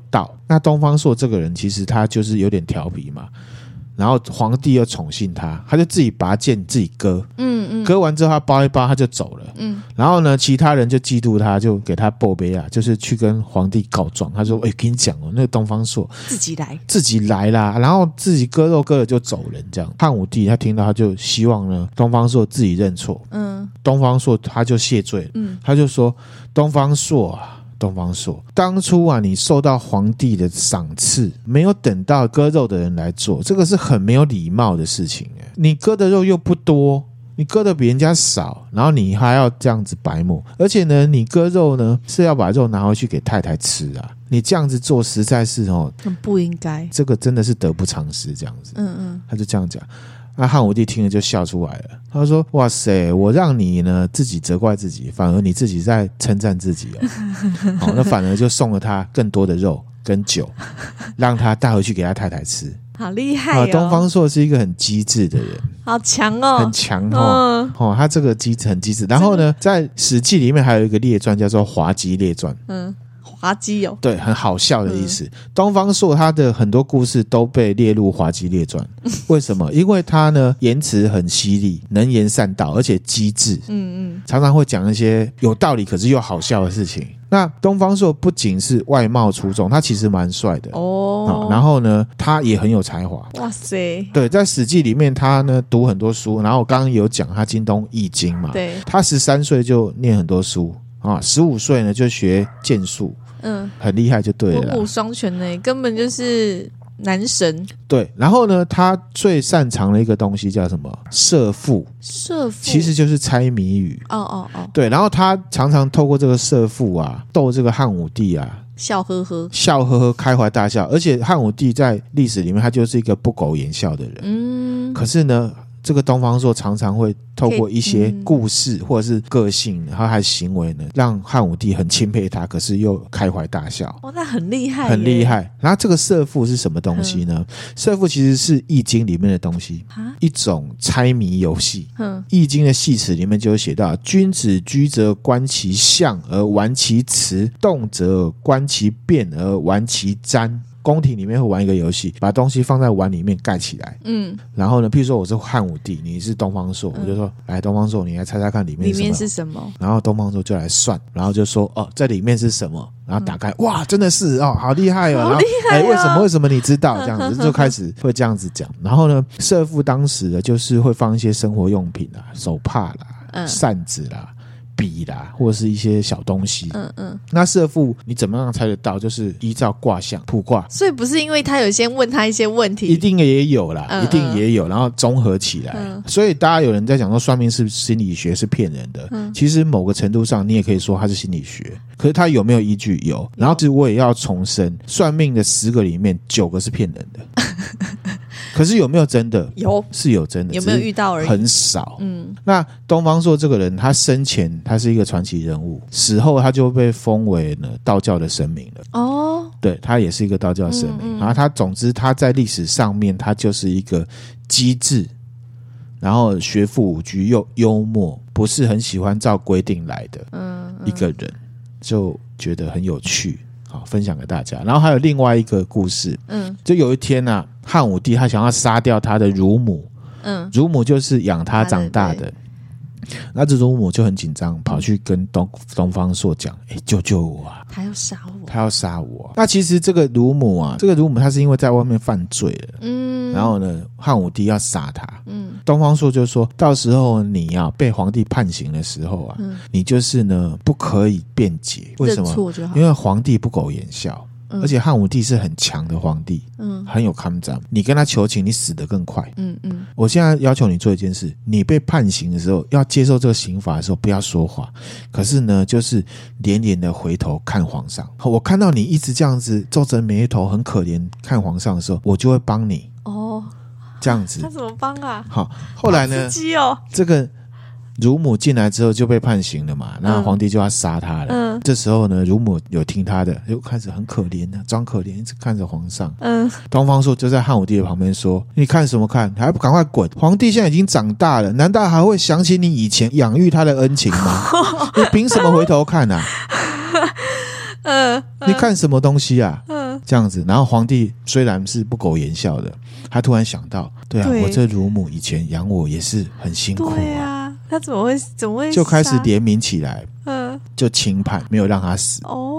那东方朔这个人其实他就是有点调皮嘛，然后皇帝又宠幸他，他就自己拔剑自己割，割完之后他包一包他就走了，然后呢其他人就嫉妒他，就给他报备啊，就是去跟皇帝告状，他说跟你讲哦，那个东方朔自己来啦，然后自己割肉割了就走人这样。汉武帝他听到他就希望呢东方朔自己认错，东方朔他就谢罪，他就说东方朔当初啊你受到皇帝的赏赐，没有等到割肉的人来做，这个是很没有礼貌的事情，你割的肉又不多，你割的比人家少，然后你还要这样子白目，而且呢你割肉呢是要把肉拿回去给太太吃啊，你这样子做实在是很不应该， 这个真的是得不偿失这样子。他就这样讲，那汉武帝听了就笑出来了，他说哇塞，我让你呢自己责怪自己，反而你自己在称赞自己哦。那反而就送了他更多的肉跟酒，让他带回去给他太太吃。 好厉害哦！ 东方朔是一个很机智的人， 好强哦， 很强他这个机智很机智。然后呢，在《史记》里面还有一个列传叫做《滑稽列传》，滑稽哦，对，很好笑的意思。东方朔他的很多故事都被列入《滑稽列传》，为什么？因为他呢言辞很犀利，能言善道，而且机智，常常会讲一些有道理可是又好笑的事情。那东方朔不仅是外貌出众，他其实蛮帅的然后呢他也很有才华。哇塞，对，在《史记》里面他呢读很多书，然后我刚刚有讲他精通易经嘛，对，他13岁就念很多书15岁呢就学剑术，很厉害就对了， 文武双全呢，根本就是男神。 对，然后呢他最擅长的一个东西叫什么？射覆，其实就是猜谜语。对，然后他常常透过这个射覆啊逗这个汉武帝啊笑呵呵开怀大笑，而且汉武帝在历史里面他就是一个不苟言笑的人，可是呢这个东方朔常常会透过一些故事或者是个性然后还有行为呢让汉武帝很钦佩他，可是又开怀大笑。那很厉害，很厉害。然后这个射覆是什么东西呢？射覆其实是易经里面的东西，一种猜谜游戏。易经的系辞里面就有写到，君子居则观其象而玩其辞，动则观其变而玩其占。宫廷里面会玩一个游戏，把东西放在碗里面盖起来，然后呢譬如说我是汉武帝，你是东方朔，我就说来东方朔你来猜猜看里面是什么，然后东方朔就来算，然后就说这里面是什么，然后打开哇真的是好厉害哦，好厉害为什么你知道，这样子就开始会这样子讲。然后呢射覆当时的就是会放一些生活用品手帕啦扇子啦笔啦或者是一些小东西，那射覆你怎么样猜得到？就是依照卦象卜卦，所以不是因为他有先问他一些问题，一定也有啦，一定也有，然后综合起来，所以大家有人在讲说算命是心理学是骗人的，其实某个程度上你也可以说它是心理学，可是它有没有依据？有。然后我也要重申，算命的10个里面9个是骗人的可是有没有真的？有，是有真的，有没有遇到而已，很少。那东方朔这个人，他生前他是一个传奇人物，死后他就被封为呢道教的神明了。对，他也是一个道教神明。然后他总之他在历史上面，他就是一个机智，然后学富五车又幽默，不是很喜欢照规定来的一个人，就觉得很有趣。分享给大家。然后还有另外一个故事，就有一天啊，汉武帝他想要杀掉他的乳母，乳母就是养他长大的，那这乳母就很紧张，跑去跟东方朔讲，救救我啊，他要杀我。那其实这个乳母他是因为在外面犯罪了，然后呢汉武帝要杀他，东方朔就说到时候你要被皇帝判刑的时候啊，你就是呢不可以辩解，为什么？因为皇帝不苟言笑，而且汉武帝是很强的皇帝，很有抗战，你跟他求情你死得更快。我现在要求你做一件事，你被判刑的时候要接受这个刑罚的时候不要说话，可是呢就是连连的回头看皇上。我看到你一直这样子皱着眉头很可怜看皇上的时候，我就会帮你这样子。他怎么帮啊？好，后来呢这个乳母进来之后就被判刑了嘛，那皇帝就要杀他了。这时候呢乳母有听他的，就开始很可怜的装可怜，一直看着皇上。东方朔就在汉武帝的旁边说，你看什么看，还不赶快滚，皇帝现在已经长大了，难道还会想起你以前养育他的恩情吗？你凭什么回头看啊？你看什么东西啊？ 这样子。然后皇帝虽然是不苟言笑的，他突然想到，对啊，我这乳母以前养我也是很辛苦对啊，他怎么会就开始联名起来，就轻判，没有让他死。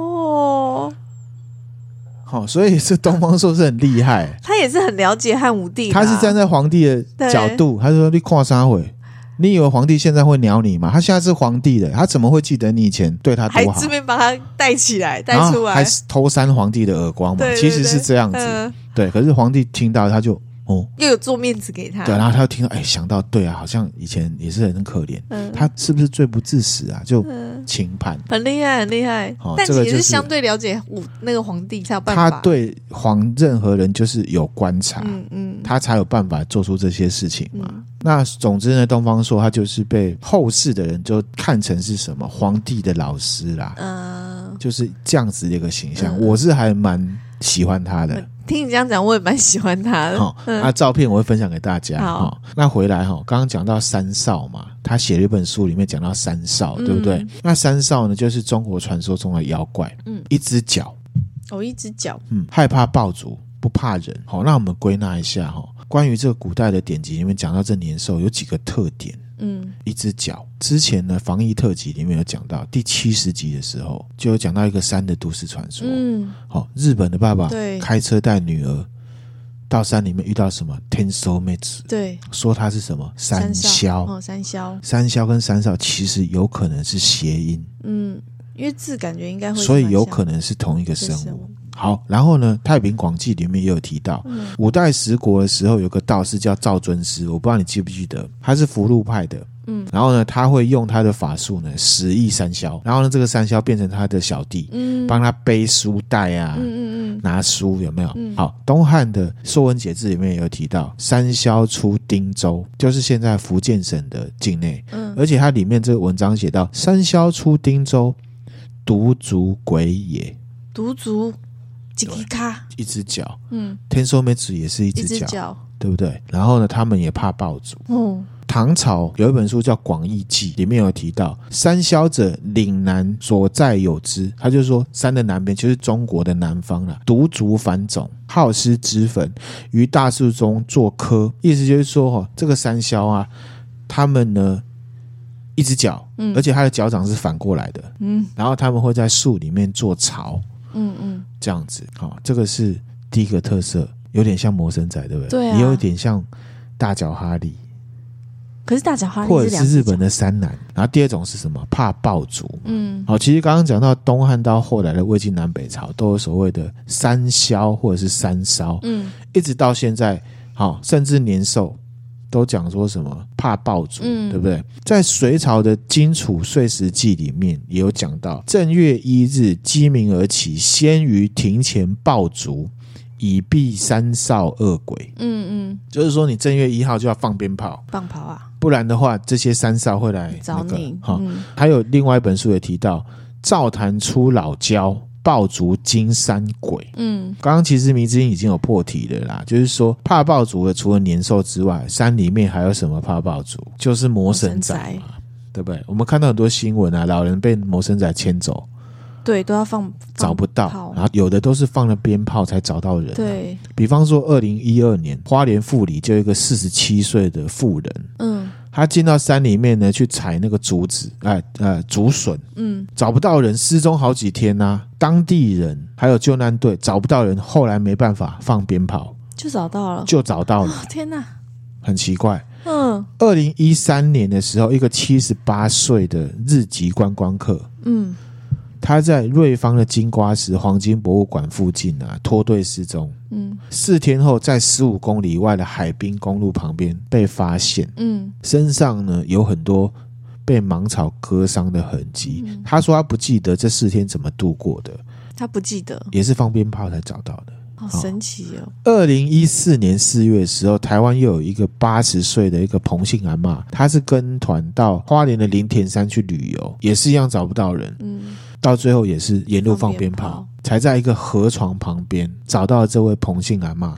所以这东方朔是很厉害， 他也是很了解汉武帝， 他是站在皇帝的角度，他说你看啥回？你以为皇帝现在会鸟你吗？他现在是皇帝的，他怎么会记得你以前对他多好？ 还这边把他带起来带出来， 还偷扇皇帝的耳光嘛？其实是这样子，对。可是皇帝听到他就又有做面子给他， 对，然后他就听到，想到对啊，好像以前也是很可怜，他是不是罪不至死啊？就轻判， 很厉害，很厉害。但也是相对了解那个皇帝才有办法， 他对任何人就是有观察，他才有办法做出这些事情嘛。那总之呢，东方朔他就是被后世的人就看成是什么皇帝的老师啦，就是这样子的一个形象，我是还蛮喜欢他的。 听你这样讲，我也蛮喜欢他的。 那照片我会分享给大家。那回来刚刚讲到三少嘛，他写了一本书，里面讲到三少，对不对？那三少呢，就是中国传说中的妖怪，一只脚， 一只脚， 害怕爆竹，不怕人。那我们归纳一下关于这个古代的典籍里面讲到这年兽有几个特点。一只脚，之前呢防疫特辑里面有讲到，第70集的时候就有讲到一个山的都市传说。日本的爸爸开车带女儿到山里面遇到什么天寿妹子，对，说他是什么三枭。三枭跟三少其实有可能是谐音， 因为字感觉应该会， 所以有可能是同一个生物。好，然后呢，《太平广记》里面也有提到，五代十国的时候有个道士叫赵尊师，我不知道你记不记得，他是福禄派的。然后呢，他会用他的法术呢使役三枭，然后呢，这个三枭变成他的小弟，帮他背书袋啊，拿书，有没有？好，东汉的《说文解字》里面也有提到，三枭出汀州，就是现在福建省的境内。而且它里面这个文章写到，三枭出汀州，独足鬼也。独足。一只脚，天寿妹子也是一只脚，对不对？然后呢，他们也怕爆竹。唐朝有一本书叫《广义记》，里面有提到，三枭者，岭南所在有之。他就说，山的南边就是中国的南方啦，独足繁种，好施脂粉，于大树中作科。意思就是说，这个三枭啊，他们呢一只脚，而且他的脚掌是反过来的，然后他们会在树里面做巢。这样子，这个是第一个特色，有点像魔神仔，对不对？对啊，也有点像大脚哈利。 可是大脚哈利或者是日本的山南。然后第二种是什么？怕爆竹。其实刚刚讲到东汉到后来的魏晋南北朝都有所谓的三枭或者是三骚，一直到现在，甚至年兽都讲说什么怕爆竹，对不对？在隋朝的《荆楚岁时记》里面也有讲到，正月1日鸡鸣而起，先于庭前爆竹，以避三少恶鬼。就是说你正月1号就要放鞭炮， 放炮啊， 不然的话这些三少会来找你。 还有另外一本书也提到，灶坛出老焦，爆竹惊山鬼。刚刚其实迷之音已经有破题了啦，就是说怕爆竹的除了年兽之外，山里面还有什么怕爆竹？就是魔神仔嘛，对不对？我们看到很多新闻啊，老人被魔神仔牵走， 对，都要放找不到，然后有的都是放了鞭炮才找到人。 对， 比方说2012年花莲富里就有一个47岁的妇人，他进到山里面呢，去采那个竹子，竹笋，找不到人，失踪好几天啊。当地人还有救难队找不到人，后来没办法放鞭炮，就找到了， 天哪， 很奇怪。2013年的时候，一个78岁的日籍观光客，他在瑞芳的金瓜石黄金博物馆附近啊脱队失踪，4天后在15公里外的海滨公路旁边被发现，身上呢有很多被芒草割伤的痕迹。他说他不记得这4天怎么度过的， 他不记得， 也是放鞭炮才找到的， 好神奇哦。 2014年4月的时候，台湾又有一个80岁的一个彭姓阿嬷，她是跟团到花莲的林田山去旅游，也是一样找不到人，到最后也是沿路放鞭炮，才在一个河床旁边找到了这位彭姓阿嬷。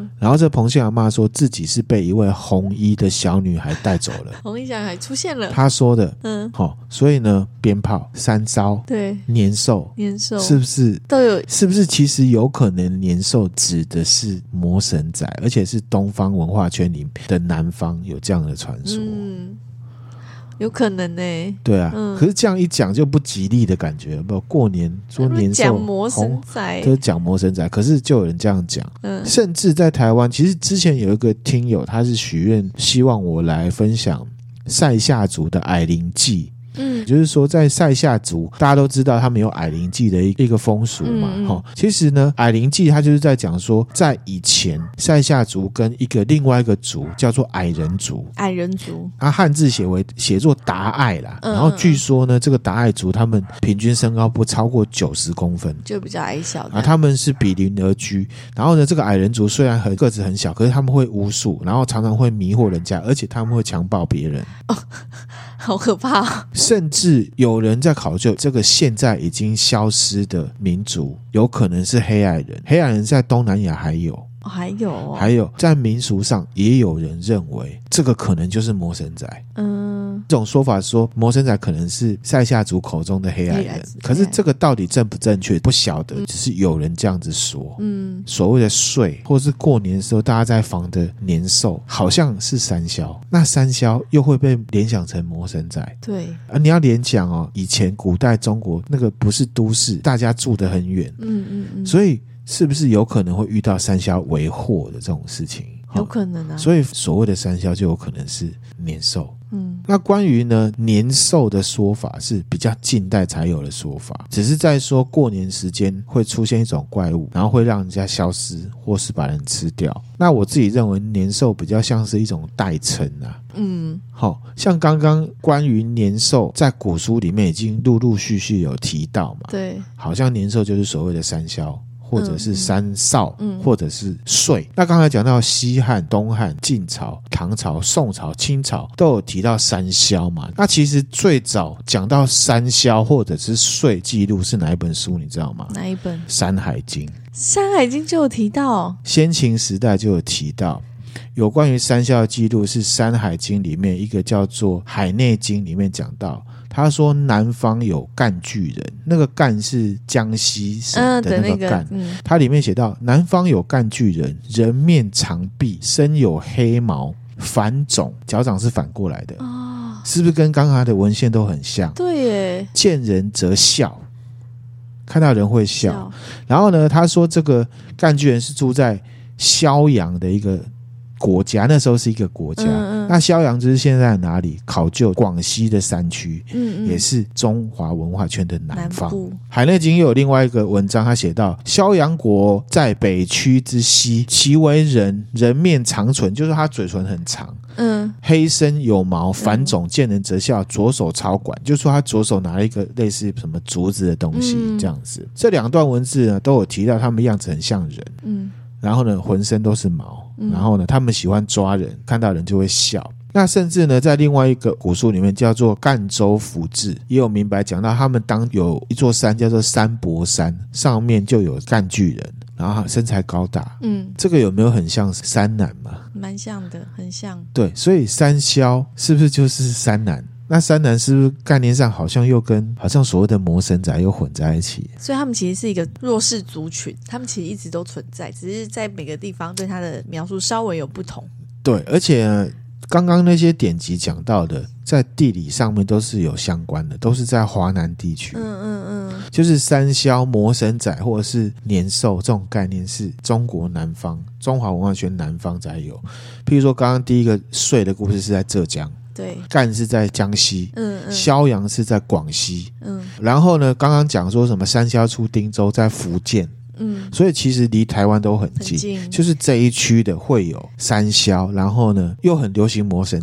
然后这彭姓阿嬷说自己是被一位红衣的小女孩带走了。 红衣小女孩出现了， 她说的。所以呢，鞭炮、三烧， 对， 年兽是不是都有？ 是不是其实有可能年兽指的是魔神仔，而且是东方文化圈里的南方有这样的传说？ 有可能欸。 对啊，可是这样一讲就不吉利的感觉，有没有？过年说年兽讲魔神仔， 就是讲魔神仔，可是就有人这样讲。甚至在台湾，其实之前有一个听友，他是许愿希望我来分享塞夏族的矮灵祭。就是说在塞夏族大家都知道他们有矮灵祭的一个风俗嘛。其实呢，矮灵祭他就是在讲说，在以前塞夏族跟另外一个族叫做矮人族，他汉字写作达爱啦。然后据说呢，这个达爱族他们平均身高不超过90公分， 就比较矮小的。 他们是比邻而居。然后呢，这个矮人族虽然个子很小，可是他们会巫术，然后常常会迷惑人家，而且他们会强暴别人。 好可怕。 甚至有人在考究这个现在已经消失的民族有可能是黑矮人。黑矮人在东南亚还有在民俗上也有人认为这个可能就是魔神仔。这种说法说魔神仔可能是塞夏族口中的黑矮人，可是这个到底正不正确不晓得，只是有人这样子说。所谓的岁或是过年的时候大家在防的年兽好像是三枭，那三枭又会被联想成魔神仔。 对你要联想以前古代中国那个不是都市，大家住得很远。所以是不是有可能会遇到三枭为祸的这种事情？ 有可能啊。 所以所谓的三枭就有可能是年兽。那关于呢年兽的说法是比较近代才有的说法，只是在说过年时间会出现一种怪物，然后会让人家消失或是把人吃掉。那我自己认为年兽比较像是一种代称啊。像刚刚关于年兽在古书里面已经陆陆续续有提到嘛。 对， 好像年兽就是所谓的三枭或者是三少，或者是岁。那刚才讲到西汉、东汉、晋朝、唐朝、宋朝、清朝都有提到三枭嘛。那其实最早讲到三枭或者是岁记录是哪一本书你知道吗？ 哪一本？ 山海经。 山海经就有提到， 先秦时代就有提到有关于三枭的记录，是山海经里面一个叫做海内经里面讲到。他说南方有赣巨人，那个赣是江西省的那个赣。他里面写到南方有赣巨人，人面长臂，身有黑毛，反种，脚掌是反过来的。是不是跟刚才的文献都很像？ 对耶。 见人则笑，看到人会笑。然后呢，他说这个赣巨人是住在襄阳的一个国家，那时候是一个国家。那襄阳就是现在哪里？考究广西的山区，也是中华文化圈的南方。海内经又有另外一个文章，他写到襄阳国在北区之西，其为人，人面长唇，就是他嘴唇很长。黑身有毛，反种，见人则笑，左手操管，就是说他左手拿了一个类似什么竹子的东西，这样子。这两段文字呢，都有提到他们样子很像人。然后呢，浑身都是毛。然后呢，他们喜欢抓人，看到人就会笑。那甚至呢，在另外一个古书里面叫做《赣州府志》，也有明白讲到他们当有一座山叫做三伯山，上面就有赣巨人，然后身材高大。这个有没有很像山男嘛？ 蛮像的，很像。 对，所以三枭是不是就是山男？那山男是不是概念上好像又跟好像所谓的魔神仔又混在一起？ 所以他们其实是一个弱势族群，他们其实一直都存在，只是在每个地方对他的描述稍微有不同。 对，而且刚刚那些典籍讲到的，在地理上面都是有相关的，都是在华南地区。就是三枭、魔神仔或者是年兽这种概念是中国南方、中华文化圈南方才有。譬如说刚刚第一个岁的故事是在浙江， 对， 赣是在江西，襄阳是在广西，然后呢，刚刚讲说什么三枭出汀州在福建，所以其实离台湾都很近，就是这一区的会有三枭，然后呢又很流行魔神仔，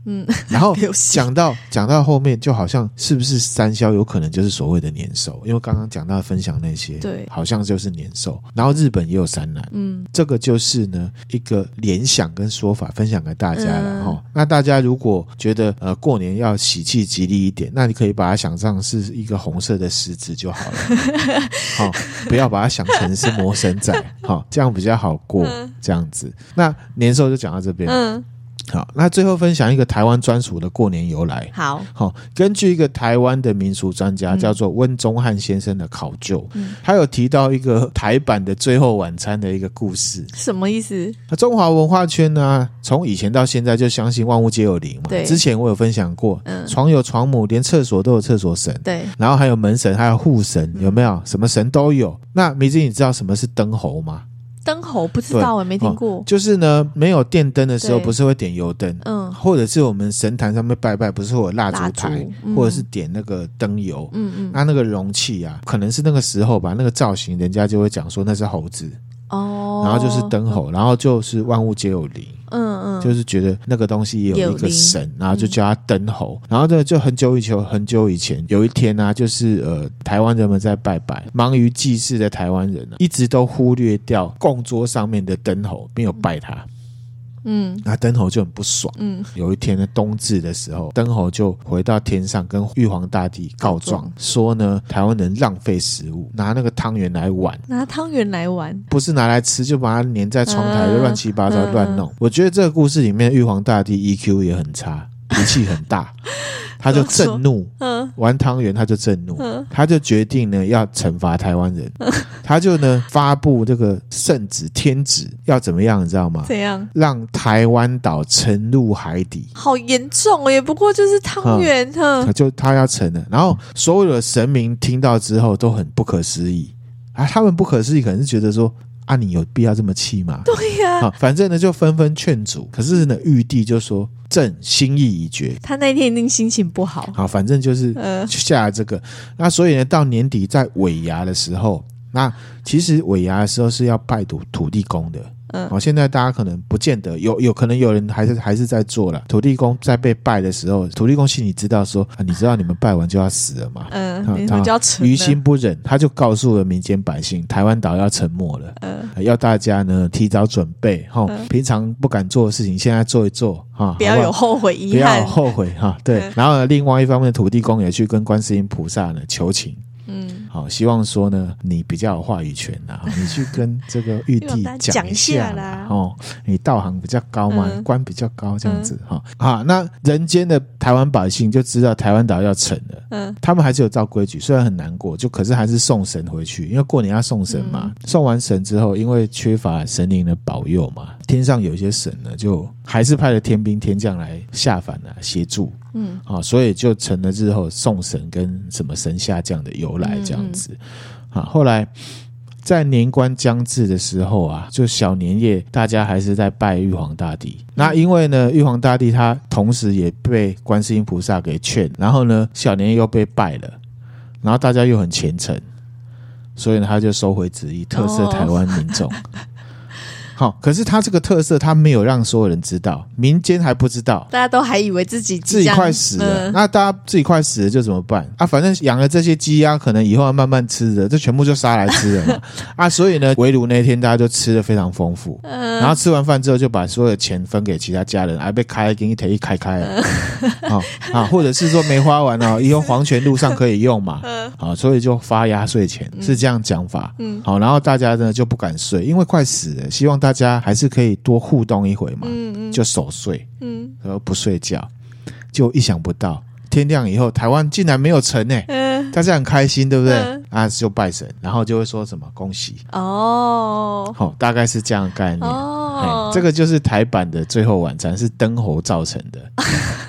然后讲到后面，就好像是不是三消有可能就是所谓的年兽，因为刚刚讲到分享那些， 对， 好像就是年兽。然后日本也有三男，这个就是呢一个联想跟说法，分享给大家了那大家如果觉得过年要喜气吉利一点，那你可以把它想象是一个红色的狮子就好了不要把它想成是魔神仔这样比较好过这样子。那年兽就讲到这边好，那最后分享一个台湾专属的过年由来。好，根据一个台湾的民俗专家叫做温宗汉先生的考究，他有提到一个台版的最后晚餐的一个故事。 什么意思？ 中华文化圈呢，从以前到现在就相信万物皆有灵嘛。之前我有分享过，床有床母，连厕所都有厕所神。对，然后还有门神，还有护神，有没有？什么神都有。那迷之你知道什么是灯猴吗？ 灯猴不知道，我没听过。 就是呢，没有电灯的时候，不是会点油灯，或者是我们神坛上面拜拜，不是会有蜡烛台，或者是点那个灯油，那个容器啊，可能是那个时候吧，那个造型，人家就会讲说那是猴子。然后就是灯猴，然后就是万物皆有灵，就是觉得那个东西也有一个神，然后就叫它灯猴。然后呢，就很久以前有一天啊，就是台湾人们在拜拜，忙于祭祀的台湾人一直都忽略掉供桌上面的灯猴，没有拜它。那灯猴就很不爽。有一天呢，冬至的时候，灯猴就回到天上跟玉皇大帝告状，说呢台湾人浪费食物，拿那个汤圆来玩。拿汤圆来玩，不是拿来吃，就把它粘在窗台，就乱七八糟乱弄。我觉得这个故事里面，玉皇大帝 EQ 也很差，脾气很大。他就震怒，玩汤圆他就震怒，他就决定呢要惩罚台湾人，他就呢发布这个圣旨天旨，要怎么样你知道吗？怎样？让台湾岛沉入海底。好严重也不过就是汤圆就他要沉了。然后所有的神明听到之后都很不可思议他们不可思议可能是觉得说你有必要这么气吗？对呀反正呢就纷纷劝阻。可是呢玉帝就说朕心意已决，他那天一定心情不好。好，反正就是下了这个那所以呢到年底在尾牙的时候，那其实尾牙的时候是要拜土地公的。现在大家可能不见得有可能有人还是在做了。土地公在被拜的时候，土地公心里知道说你知道你们拜完就要死了嘛，你们就要沉了。于心不忍，他就告诉了民间百姓，台湾岛要沉没了，要大家呢提早准备平常不敢做的事情现在做一做不要有后悔遗憾，不要有后悔对。然后呢另外一方面，土地公也去跟观世音菩萨呢求情。好，希望说呢你比较有话语权你去跟这个玉帝讲一下啦你道行比较高嘛，官比较高这样子那人间的台湾百姓就知道台湾岛要沉了，他们还是有照规矩，虽然很难过，就可是还是送神回去，因为过年要送神嘛。送完神之后，因为缺乏神灵的保佑嘛，天上有一些神呢就还是派了天兵天将来下凡协助。所以就成了日后送神跟什么神下降的由来这样子。后来在年关将至的时候就小年夜大家还是在拜玉皇大帝。那因为呢玉皇大帝他同时也被观世音菩萨给劝，然后呢小年夜又被拜了，然后大家又很虔诚，所以呢他就收回旨意，特赦台湾民众。好，可是他这个特色他没有让所有人知道，民间还不知道，大家都还以为自己快死了。那大家自己快死了就怎么办反正养了这些鸡鸭可能以后要慢慢吃的，这全部就杀来吃了嘛所以呢围炉那天大家就吃得非常丰富，然后吃完饭之后就把所有的钱分给其他家人被开给你腿一开了或者是说没花完以后黄泉路上可以用嘛所以就发压岁钱，是这样讲法。好，然后大家呢就不敢睡，因为快死了，希望大家还是可以多互动一回嘛，就守岁，然后不睡觉。就意想不到天亮以后台湾竟然没有沉大家很开心对不对就拜神，然后就会说什么恭喜大概是这样的概念这个就是台版的最后晚餐，是灯猴造成的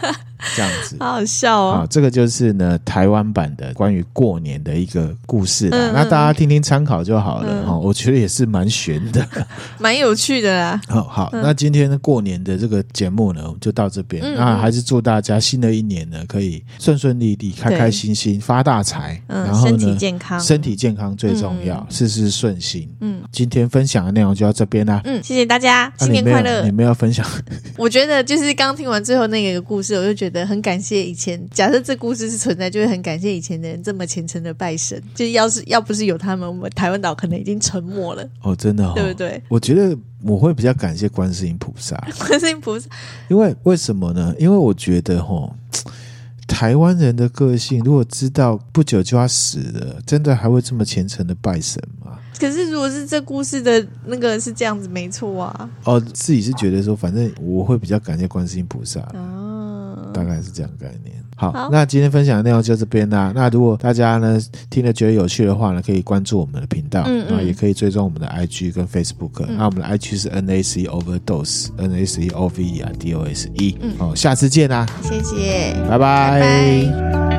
这样子好好笑哦。 好，这个就是呢台湾版的关于过年的一个故事啦，那大家听听参考就好了，我觉得也是蛮悬的蛮有趣的啦。 好，那今天过年的这个节目呢就到这边，那还是祝大家新的一年呢可以顺顺利利开开心心发大财，然后呢身体健康最重要，事事顺心。今天分享的内容就到这边啦。 谢谢大家，新年快乐。 你们要分享我觉得就是刚听完最后那个故事，我就觉得很感谢以前，假设这故事是存在，就会很感谢以前的人这么虔诚的拜神，就是要不是有他们，我们台湾岛可能已经沉没了。 真的对不对？ 我觉得我会比较感谢观世音菩萨。 观世音菩萨， 为什么呢？因为我觉得台湾人的个性，如果知道不久就要死了，真的还会这么虔诚的拜神吗？ 可是如果是这故事的那个是这样子，没错啊。 自己是觉得说，反正我会比较感谢观世音菩萨，大概是这样的概念。好，那今天分享的内容就这边啦。那如果大家呢听了觉得有趣的话呢，可以关注我们的频道，也可以追踪我们的 IG 跟 Facebook。那我们的 IG 是 NAC Overdose NAC OVERDOSE。下次见啦， 谢谢， 拜拜。